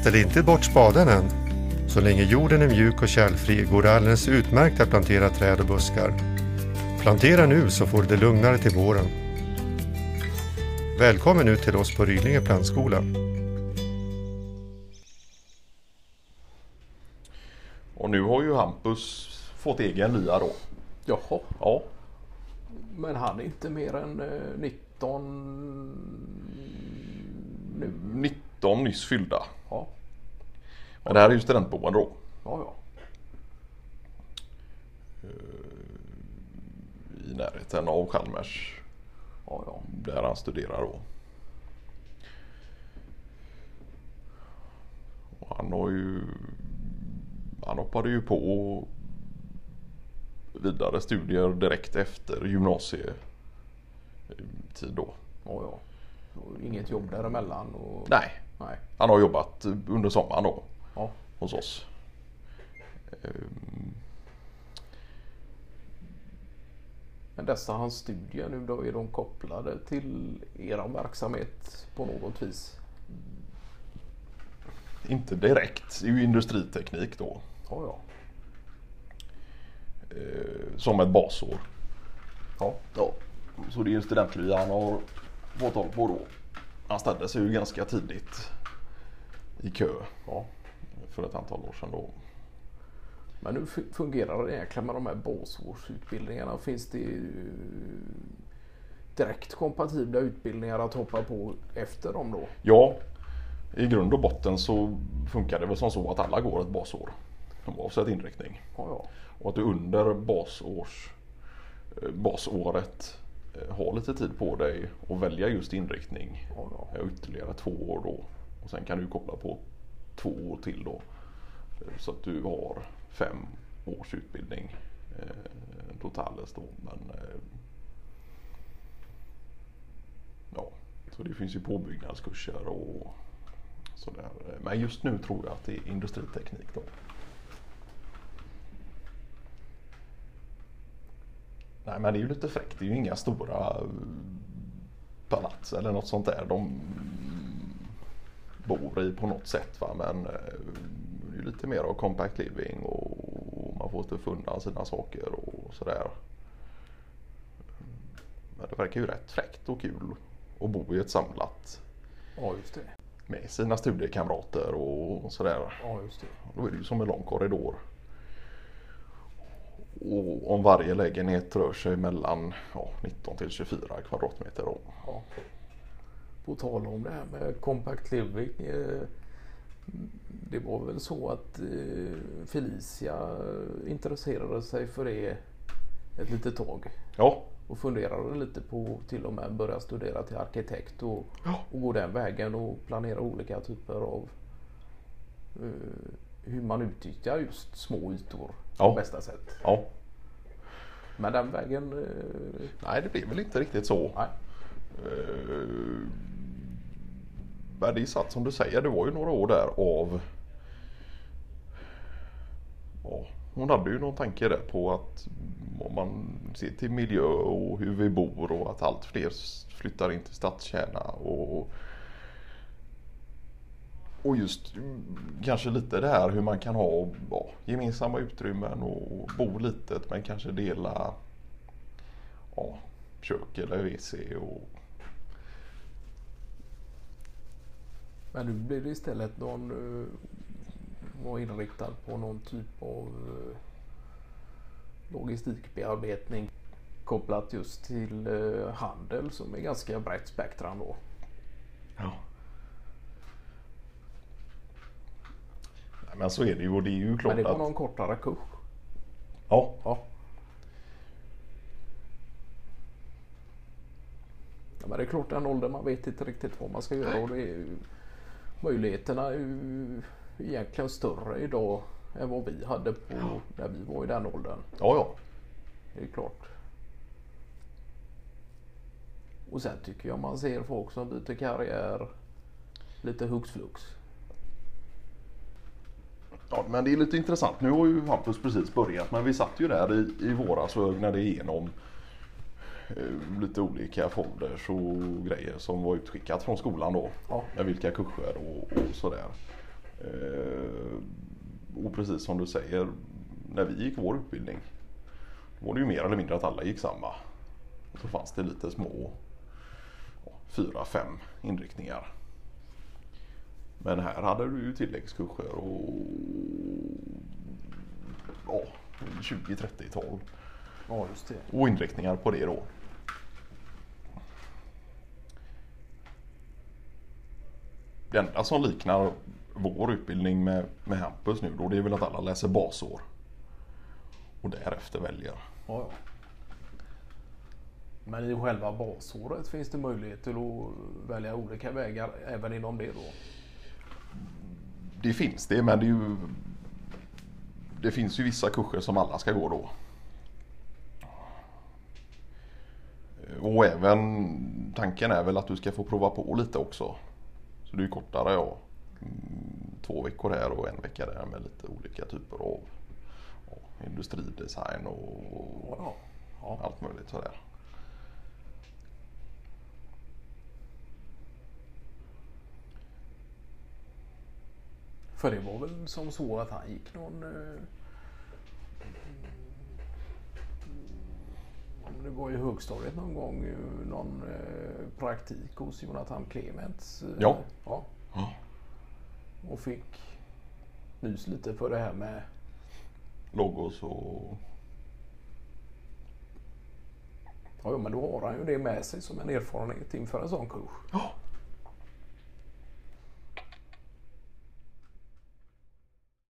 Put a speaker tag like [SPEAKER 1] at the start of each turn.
[SPEAKER 1] Ställ inte bort spaden än. Så länge jorden är mjuk och kärlfri går det alldeles utmärkt att plantera träd och buskar. Plantera nu så får du det lugnare till våren. Välkommen ut till oss på Rydlinge plantskola.
[SPEAKER 2] Och nu har ju Hampus fått egen lya då.
[SPEAKER 3] Jaha.
[SPEAKER 2] Ja.
[SPEAKER 3] Men han är inte mer än 19 nu.
[SPEAKER 2] 19 nyss fyllda.
[SPEAKER 3] Ja.
[SPEAKER 2] Men det här är ju studentboende då.
[SPEAKER 3] Ja.
[SPEAKER 2] I närheten av Chalmers.
[SPEAKER 3] Ja.
[SPEAKER 2] Där han studerar då. Och han hoppade ju på vidare studier direkt efter gymnasietid då.
[SPEAKER 3] Ja. Och inget jobb däremellan. Och...
[SPEAKER 2] Nej. Han har jobbat under sommaren då.
[SPEAKER 3] Ja.
[SPEAKER 2] Hos oss.
[SPEAKER 3] Men dessa hans studier nu då, är de kopplade till er verksamhet på något vis?
[SPEAKER 2] Inte direkt, det är ju industriteknik då.
[SPEAKER 3] Ja.
[SPEAKER 2] Som ett basår.
[SPEAKER 3] Ja.
[SPEAKER 2] Så det är ju studentlya han har fått håll på då. Han ställde sig ju ganska tidigt i kö.
[SPEAKER 3] Ja.
[SPEAKER 2] För ett antal år sedan då.
[SPEAKER 3] Men hur fungerar det egentligen med de här basårsutbildningarna? Finns det direkt kompatibla utbildningar att hoppa på efter dem då?
[SPEAKER 2] Ja, i grund och botten så funkar det väl som så att alla går ett basår. Oavsett inriktning.
[SPEAKER 3] Ja.
[SPEAKER 2] Och att du under basåret har lite tid på dig att välja just inriktning.
[SPEAKER 3] Ja.
[SPEAKER 2] Ytterligare 2 år då. Och sen kan du koppla på 2 år till då. Så att du har 5 års utbildning totalt då. Men så det finns ju påbyggnadskurser och sådär. Men just nu tror jag att det är industriteknik då. Nej, men det är ju lite fräckt. Det är ju inga stora palats eller något sånt där de bor i på något sätt, va? Men det är ju lite mer av compact living och man får inte funda sina saker och sådär. Men det verkar ju rätt fräckt och kul att bo i ett samlat.
[SPEAKER 3] Ja, just det.
[SPEAKER 2] Med sina studiekamrater och sådär.
[SPEAKER 3] Ja, just det.
[SPEAKER 2] Då är det ju som en lång korridor. Och om varje lägenhet rör sig mellan 19 till 24 kvadratmeter då.
[SPEAKER 3] Ja. På tal om det här med compact living. Det var väl så att Felicia intresserade sig för det ett litet tag.
[SPEAKER 2] Ja.
[SPEAKER 3] Och funderade lite på till och med börja studera till arkitekt och gå den vägen och planera olika typer av hur man utnyttjar just små ytor på bästa sätt.
[SPEAKER 2] Ja.
[SPEAKER 3] Men den vägen...
[SPEAKER 2] Nej, det blir väl inte riktigt så.
[SPEAKER 3] Nej.
[SPEAKER 2] Men det är sant som du säger, det var ju några år där av... Ja, hon hade ju någon tanke där på att om man ser till miljö och hur vi bor och att allt fler flyttar in till stadskärna och just kanske lite det här hur man kan ha gemensamma utrymmen och bo litet men kanske dela kök eller WC och...
[SPEAKER 3] Men nu blir det istället någon var inriktad på någon typ av logistikbearbetning kopplat just till handel som är ganska brett spektrum då.
[SPEAKER 2] Ja. Nej, men så är det ju och det är ju klart.
[SPEAKER 3] Men det var
[SPEAKER 2] att...
[SPEAKER 3] någon kortare kurs.
[SPEAKER 2] Ja.
[SPEAKER 3] Ja, men det är klart den åldern man vet inte riktigt vad man ska göra och det är ju, möjligheterna är ju egentligen större idag än vad vi hade på när vi var i den åldern.
[SPEAKER 2] Ja.
[SPEAKER 3] Det är klart. Och sen tycker jag man ser folk som byter karriär lite hux flux.
[SPEAKER 2] Ja, men det är lite intressant. Nu har ju Hampus precis börjat, men vi satt ju där i våras och ögnade igenom lite olika folders och grejer som var utskickat från skolan då.
[SPEAKER 3] Ja.
[SPEAKER 2] Med vilka kurser och sådär. Och precis som du säger, när vi gick vår utbildning var det ju mer eller mindre att alla gick samma. Och så fanns det lite små 4-5 inriktningar. Men här hade du ju tilläggskurser och 20-30-tal.
[SPEAKER 3] Ja, just det.
[SPEAKER 2] Och inriktningar på det då. Det enda som liknar vår utbildning med Hampus nu då, det är väl att alla läser basår. Och därefter väljer.
[SPEAKER 3] Ja. Men i själva basåret finns det möjlighet till att välja olika vägar även inom det då?
[SPEAKER 2] Det finns det, men det finns ju vissa kurser som alla ska gå då. Och även tanken är väl att du ska få prova på lite också. Så det är kortare, 2 veckor här och 1 vecka där med lite olika typer av industridesign och allt möjligt sådär.
[SPEAKER 3] För det var väl som så att han gick någon... Det var ju högstadiet någon gång, någon praktik hos Jonathan Clements.
[SPEAKER 2] Ja.
[SPEAKER 3] Och fick nys lite för det här med
[SPEAKER 2] logos och...
[SPEAKER 3] Ja, men då har han ju det med sig som en erfarenhet inför en sån kurs.
[SPEAKER 2] Ja,